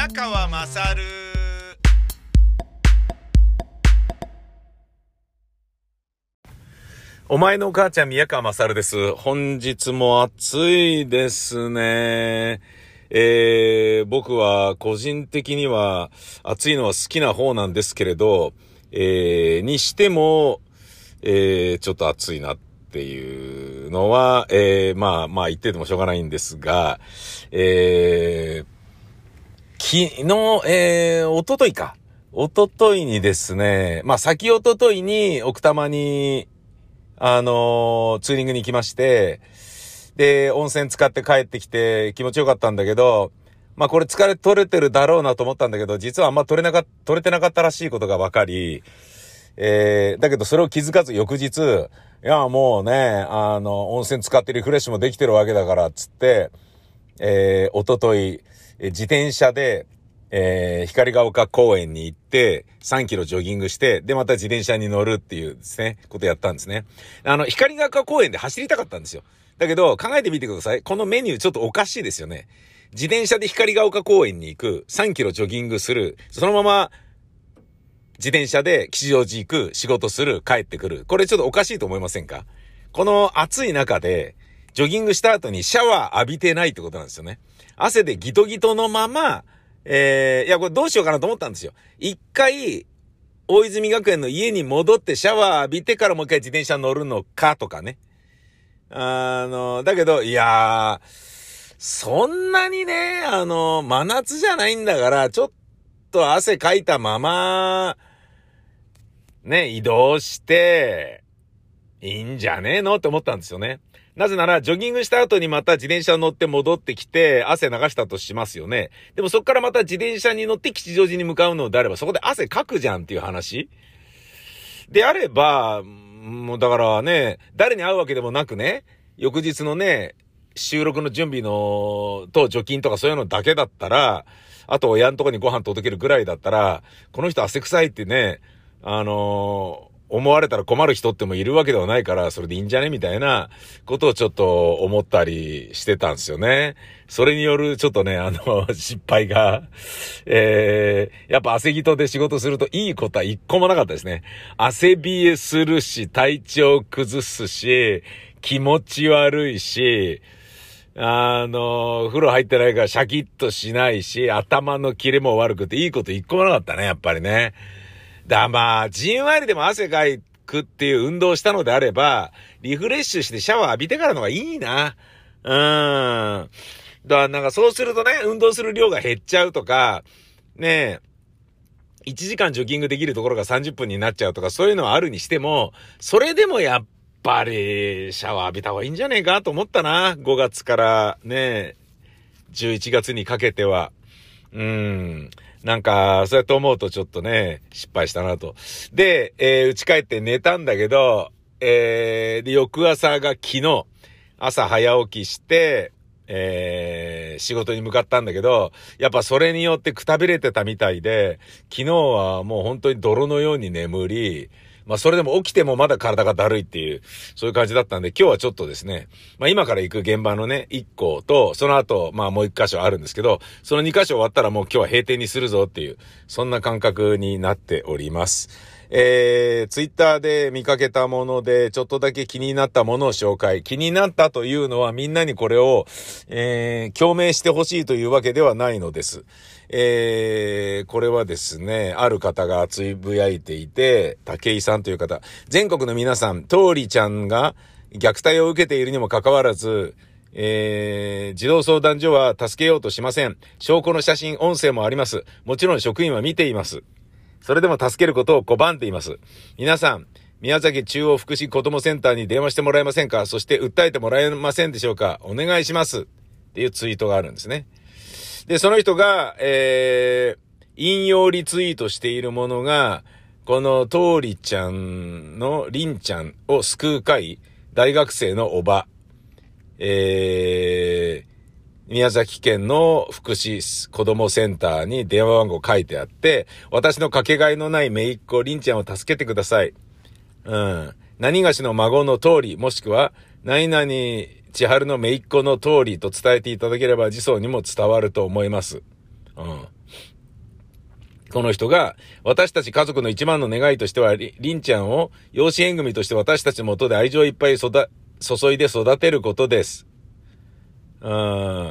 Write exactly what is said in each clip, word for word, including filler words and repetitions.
宮川まさる。お前のお母ちゃん宮川まさるです。本日も暑いですね。えー、僕は個人的には暑いのは好きな方なんですけれど、えー、にしても、えー、ちょっと暑いなっていうのは、えー、まあまあ言っててもしょうがないんですが、えー、昨日、えー、おとといか。おとといにですね、まあ先おとといに奥多摩に、あのー、ツーリングに行きまして、で、温泉使って帰ってきて気持ちよかったんだけど、まあこれ疲れ取れてるだろうなと思ったんだけど、実はあんま取れなか、取れてなかったらしいことが分かり、えー、だけどそれを気づかず翌日、いやもうね、あの、温泉使ってリフレッシュもできてるわけだから、つって、えー、おととい、自転車で、えー、光が丘公園に行って、さんキロジョギングして、で、また自転車に乗るっていうですね、ことやったんですね。あの、光が丘公園で走りたかったんですよ。だけど、考えてみてください。このメニューちょっとおかしいですよね。自転車で光が丘公園に行く、さんキロジョギングする、そのまま、自転車で吉祥寺行く、仕事する、帰ってくる。これちょっとおかしいと思いませんか？この暑い中で、ジョギングした後にシャワー浴びてないってことなんですよね。汗でギトギトのまま、えー、いや、これどうしようかなと思ったんですよ。一回、大泉学園の家に戻ってシャワー浴びてからもう一回自転車乗るのかとかね。あの、だけど、いやー、そんなにね、あの、真夏じゃないんだから、ちょっと汗かいたまま、ね、移動して、いいんじゃねえのって思ったんですよね。なぜなら、ジョギングした後にまた自転車乗って戻ってきて、汗流したとしますよね。でもそっからまた自転車に乗って吉祥寺に向かうのであれば、そこで汗かくじゃんっていう話であれば、もうだからね、誰に会うわけでもなくね、翌日のね、収録の準備の、と除菌とかそういうのだけだったら、あと親のとこにご飯届けるぐらいだったら、この人汗臭いってね、あのー、思われたら困る人ってもいるわけではないから、それでいいんじゃねみたいなことをちょっと思ったりしてたんですよね。それによるちょっとね、あの、失敗が、えー、やっぱ汗ぎとで仕事するといいことは一個もなかったですね。汗冷えするし、体調崩すし、気持ち悪いし、あの、風呂入ってないからシャキッとしないし、頭のキレも悪くていいこと一個もなかったね、やっぱりね。だ、まあ、じんわりでも汗かくっていう運動をしたのであれば、リフレッシュしてシャワー浴びてからのがいいな。うーん。だからなんかそうするとね、運動する量が減っちゃうとか、ねえ、いちじかんジョギングできるところがさんじゅっぷんになっちゃうとか、そういうのはあるにしても、それでもやっぱりシャワー浴びた方がいいんじゃねえかと思ったな。ごがつからね、じゅういちがつにかけては。うーん。なんか、そうやって思うとちょっとね、失敗したなと。で、えー、家帰って寝たんだけど、えー、で、翌朝が昨日、朝早起きして、えー、仕事に向かったんだけど、やっぱそれによってくたびれてたみたいで、昨日はもう本当に泥のように眠り、まあそれでも起きてもまだ体がだるいっていう、そういう感じだったんで、今日はちょっとですね、まあ今から行く現場のね、いっこと、その後、まあもういっ箇所あるんですけど、そのに箇所終わったらもう今日は閉店にするぞっていう、そんな感覚になっております。えー、ツイッターで見かけたもので、ちょっとだけ気になったものを紹介。気になったというのはみんなにこれを、えー、共鳴してほしいというわけではないのです。えー、これはですね、ある方がつぶやいていて、武井さんという方、全国の皆さん、トーリちゃんが虐待を受けているにもかかわらず、えー、児童相談所は助けようとしません。証拠の写真、音声もあります。もちろん職員は見ています。それでも助けることを拒んでいます。皆さん、宮崎中央福祉子どもセンターに電話してもらえませんか？そして訴えてもらえませんでしょうか？お願いします。っていうツイートがあるんですね。で、その人が、えー、引用リツイートしているものが、このトーリちゃんのリンちゃんを救う会、大学生のおば、えー、宮崎県の福祉子どもセンターに電話番号書いてあって、私のかけがえのない姪っ子、りんちゃんを助けてください。うん。何がしの孫の通り、もしくは、何々千春の姪っ子の通りと伝えていただければ、児相にも伝わると思います。うん。 この人が、私たち家族の一番の願いとしては、り、りんちゃんを養子縁組として私たちの元で愛情いっぱい育、注いで育てることです。うん。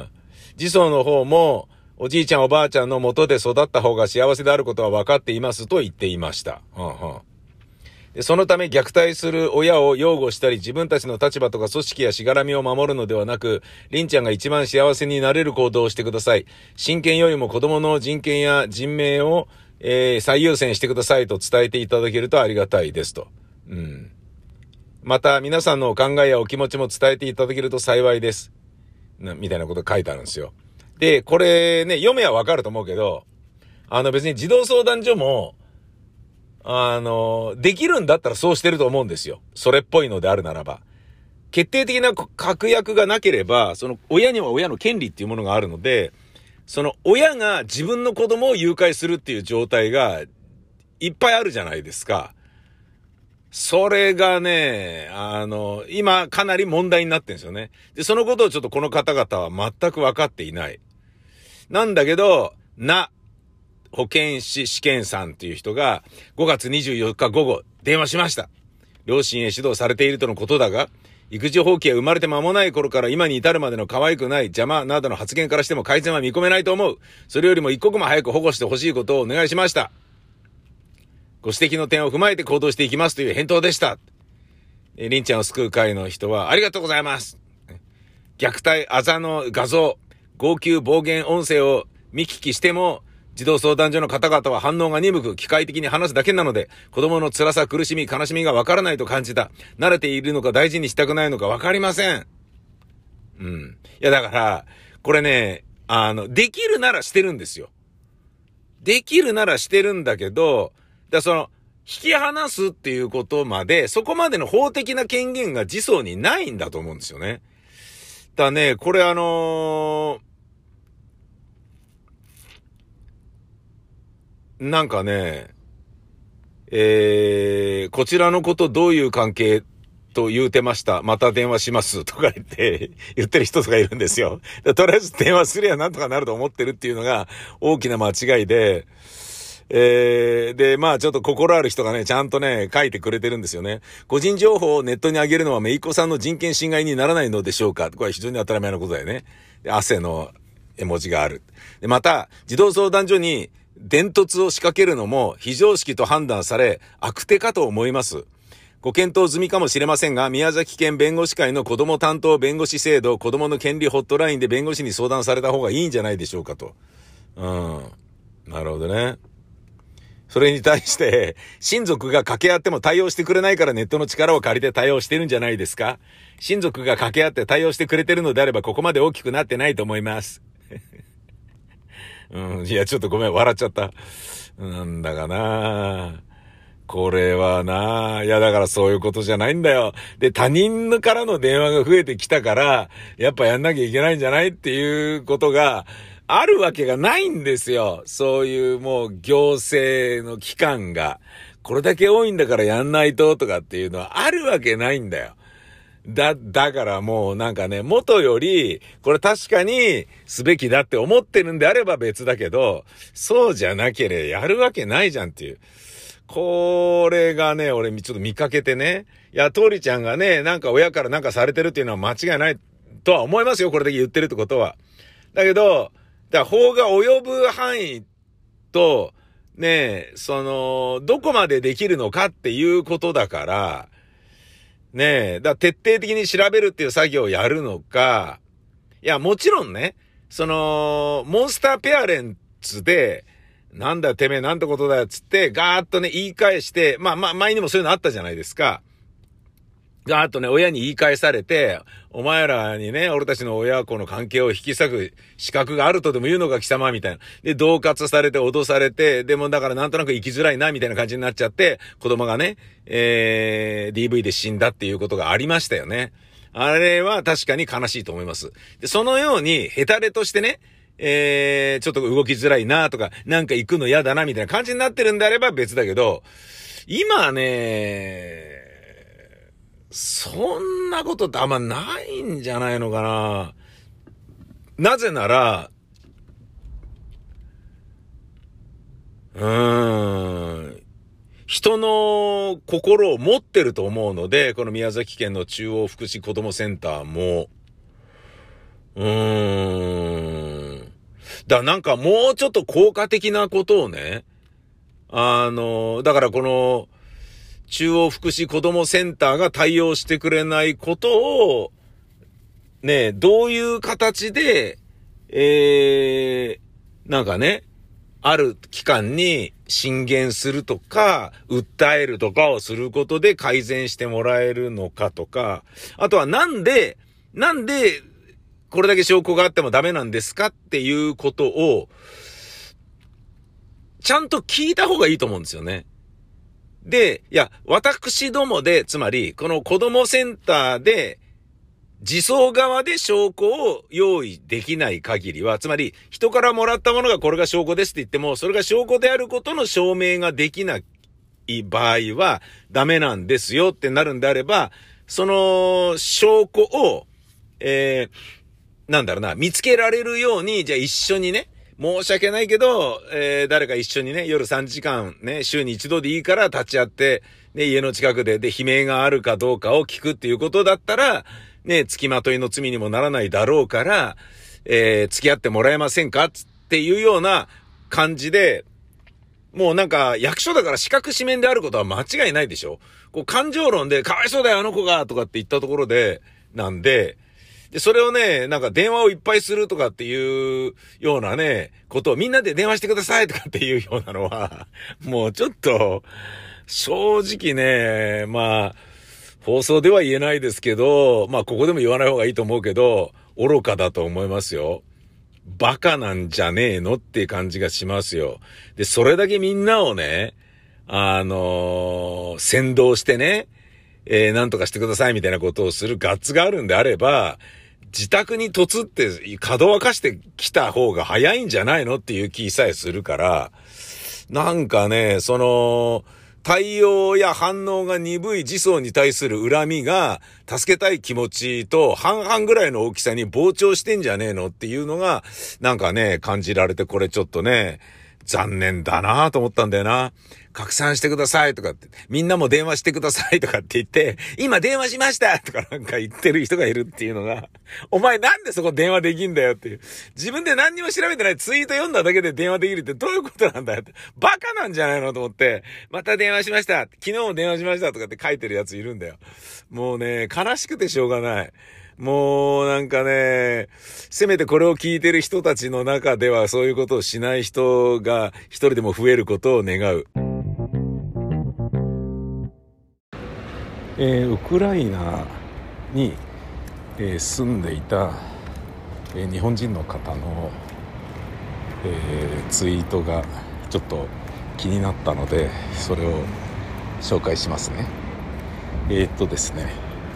児相の方も、おじいちゃんおばあちゃんの元で育った方が幸せであることは分かっていますと言っていました。うんうん。でそのため虐待する親を擁護したり、自分たちの立場とか組織やしがらみを守るのではなく、りんちゃんが一番幸せになれる行動をしてください。親権よりも子供の人権や人命を、えー、最優先してくださいと伝えていただけるとありがたいですと。うん。また、皆さんのお考えやお気持ちも伝えていただけると幸いです。な、みたいなこと書いてあるんですよ。で、これね、読めはわかると思うけど、あの別に児童相談所も、あの、できるんだったらそうしてると思うんですよ。それっぽいのであるならば。決定的な確約がなければ、その親には親の権利っていうものがあるので、その親が自分の子供を誘拐するっていう状態がいっぱいあるじゃないですか。それがね、あの、今かなり問題になってるんですよね。で、そのことをちょっとこの方々は全く分かっていない。なんだけど、な、保健師試験さんという人がごがつにじゅうよっか午後電話しました。両親へ指導されているとのことだが、育児放棄は生まれて間もない頃から今に至るまでの可愛くない邪魔などの発言からしても改善は見込めないと思う。それよりも一刻も早く保護してほしいことをお願いしました。ご指摘の点を踏まえて行動していきますという返答でした。えりんちゃんを救う会の人はありがとうございます。虐待、あざの画像、号泣、暴言、音声を見聞きしても、児童相談所の方々は反応が鈍く、機械的に話すだけなので、子供の辛さ、苦しみ、悲しみがわからないと感じた。慣れているのか大事にしたくないのかわかりません。うん。いやだから、これね、あの、できるならしてるんですよ。できるならしてるんだけど、だその、引き離すっていうことまで、そこまでの法的な権限が児相にないんだと思うんですよね。だね、これあのー、なんかね、えー、こちらのことどういう関係と言うてました。また電話しますとか言って、言ってる人とかいるんですよ。とりあえず電話すりゃなんとかなると思ってるっていうのが大きな間違いで、えー、で、まあちょっと心ある人がね、ちゃんとね、書いてくれてるんですよね。個人情報をネットに上げるのはめいっ子さんの人権侵害にならないのでしょうか。これは非常に当たり前のことだよね。で、汗の絵文字がある。で、また、児童相談所に伝突を仕掛けるのも非常識と判断され、悪手かと思います。ご検討済みかもしれませんが、宮崎県弁護士会の子ども担当弁護士制度、子どもの権利ホットラインで弁護士に相談された方がいいんじゃないでしょうかと。うん。なるほどね。それに対して、親族が掛け合っても対応してくれないからネットの力を借りて対応してるんじゃないですか？親族が掛け合って対応してくれてるのであれば、ここまで大きくなってないと思います。うん、いや、ちょっとごめん、笑っちゃった。なんだかなこれはないや、だからそういうことじゃないんだよ。で、他人からの電話が増えてきたから、やっぱやんなきゃいけないんじゃないっていうことが、あるわけがないんですよ。そういうもう行政の機関が、これだけ多いんだからやんないととかっていうのはあるわけないんだよ。だ、だからもうなんかね、元より、これ確かにすべきだって思ってるんであれば別だけど、そうじゃなければやるわけないじゃんっていう。これがね、俺ちょっと見かけてね、いや、トーリちゃんがね、なんか親からなんかされてるっていうのは間違いないとは思いますよ、これだけ言ってるってことは。だけど、だから法が及ぶ範囲と、ね、その、どこまでできるのかっていうことだから、ねえ、だから徹底的に調べるっていう作業をやるのか、いや、もちろんね、その、モンスターペアレンツで、なんだよてめえなんてことだよつって、ガーッとね、言い返して、まあまあ、前にもそういうのあったじゃないですか。ガーッとね、親に言い返されて、お前らにね、俺たちの親子の関係を引き裂く資格があるとでも言うのか貴様みたいな。で、恫喝されて脅されて、でもだからなんとなく生きづらいなみたいな感じになっちゃって、子供がね、えー、ディーブイ で死んだっていうことがありましたよね。あれは確かに悲しいと思います。で、そのように、ヘタレとしてね、えー、ちょっと動きづらいなとか、なんか行くの嫌だなみたいな感じになってるんであれば別だけど、今ね、そんなことってあんまないんじゃないのかな。なぜなら、 うーん、人の心を持ってると思うので、この宮崎県の中央福祉子どもセンターも、うーん、だなんかもうちょっと効果的なことをね、あの、だからこの中央福祉子どもセンターが対応してくれないことを、ね、どういう形で、えー、なんかね、ある機関に進言するとか、訴えるとかをすることで改善してもらえるのかとか、あとはなんで、なんで、これだけ証拠があってもダメなんですかっていうことを、ちゃんと聞いた方がいいと思うんですよね。で、いや、私どもで、つまり、この子どもセンターで、児相側で証拠を用意できない限りは、つまり人からもらったものがこれが証拠ですって言っても、それが証拠であることの証明ができない場合はダメなんですよってなるんであれば、その証拠を、えー、なんだろうな、見つけられるように、じゃあ一緒にね、申し訳ないけど、えー、誰か一緒にね、夜さんじかんね、週に一度でいいから立ち会って、ね、家の近くで、で、悲鳴があるかどうかを聞くっていうことだったら、ね、付きまといの罪にもならないだろうから、えー、付き合ってもらえませんかっていうような感じで、もうなんか役所だから四角四面であることは間違いないでしょ。こう感情論でかわいそうだよあの子がとかって言ったところで、なんで、で、それをね、なんか電話をいっぱいするとかっていうようなね、ことをみんなで電話してくださいとかっていうようなのは、もうちょっと、正直ね、まあ、放送では言えないですけど、まあここでも言わない方がいいと思うけど、愚かだと思いますよ。バカなんじゃねえのっていう感じがしますよ。で、それだけみんなをね、あのー、先導してね、えー、なんとかしてくださいみたいなことをするガッツがあるんであれば、自宅に突って角沸かしてきた方が早いんじゃないのっていう気さえするから、なんかね、その、対応や反応が鈍い児相に対する恨みが、助けたい気持ちと半々ぐらいの大きさに膨張してんじゃねえのっていうのが、なんかね、感じられて、これちょっとね、残念だなと思ったんだよな。拡散してくださいとかって、みんなも電話してくださいとかって言って、今電話しましたとかなんか言ってる人がいるっていうのが、お前なんでそこ電話できんだよっていう。自分で何にも調べてないツイート読んだだけで電話できるってどういうことなんだよって。バカなんじゃないのと思って、また電話しました。昨日も電話しましたとかって書いてるやついるんだよ。もうね、悲しくてしょうがない。もうなんかね、せめてこれを聞いてる人たちの中ではそういうことをしない人が一人でも増えることを願う。えー、ウクライナに、えー、住んでいた、えー、日本人の方の、えー、ツイートがちょっと気になったのでそれを紹介しますね。えー、っとですね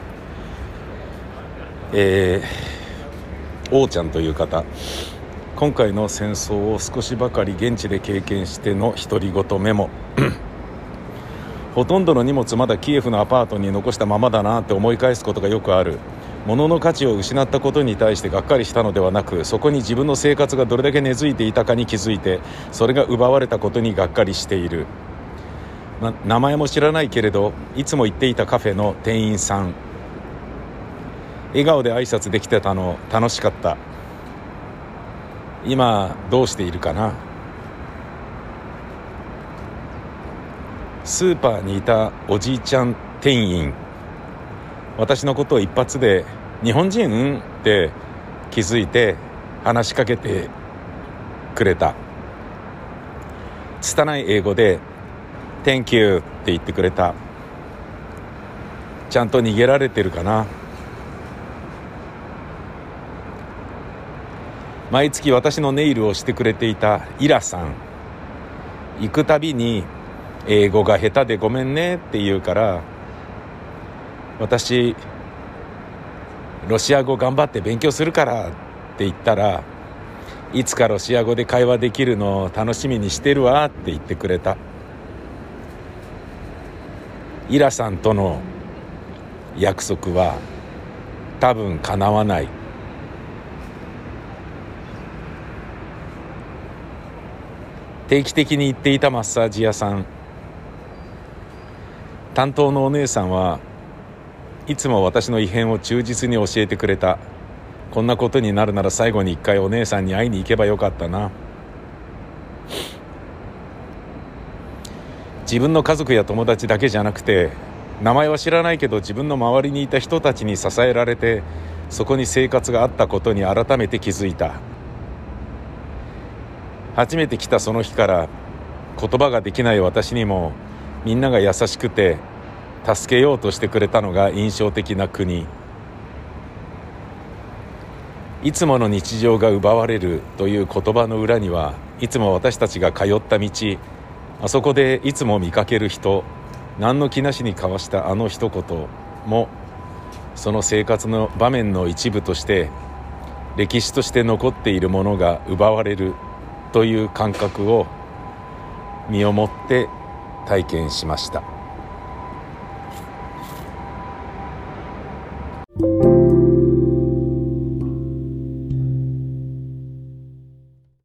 えー、おーちゃんという方、今回の戦争を少しばかり現地で経験しての独り言メモほとんどの荷物まだキエフのアパートに残したままだなって思い返すことがよくある。物の価値を失ったことに対してがっかりしたのではなく、そこに自分の生活がどれだけ根付いていたかに気づいて、それが奪われたことにがっかりしている。ま、名前も知らないけれどいつも行っていたカフェの店員さん、笑顔で挨拶できてたの楽しかった。今どうしているかな。スーパーにいたおじいちゃん店員、私のことを一発で日本人って気づいて話しかけてくれた。拙い英語で Thank you って言ってくれた。ちゃんと逃げられてるかな。毎月私のネイルをしてくれていたイラさん、行くたびに英語が下手でごめんねって言うから、私ロシア語頑張って勉強するからって言ったら、いつかロシア語で会話できるのを楽しみにしてるわって言ってくれた。イラさんとの約束は多分叶わない。 定期的に行っていたマッサージ屋さん、担当のお姉さんはいつも私の異変を忠実に教えてくれた。こんなことになるなら最後に一回お姉さんに会いに行けばよかったな。自分の家族や友達だけじゃなくて、名前は知らないけど自分の周りにいた人たちに支えられて、そこに生活があったことに改めて気づいた。初めて来たその日から言葉ができない私にもみんなが優しくて助けようとしてくれたのが印象的な国。いつもの日常が奪われるという言葉の裏にはいつも私たちが通った道、あそこでいつも見かける人、何の気なしに交わしたあの一言もその生活の場面の一部として歴史として残っているものが奪われるという感覚を身をもって体験しました。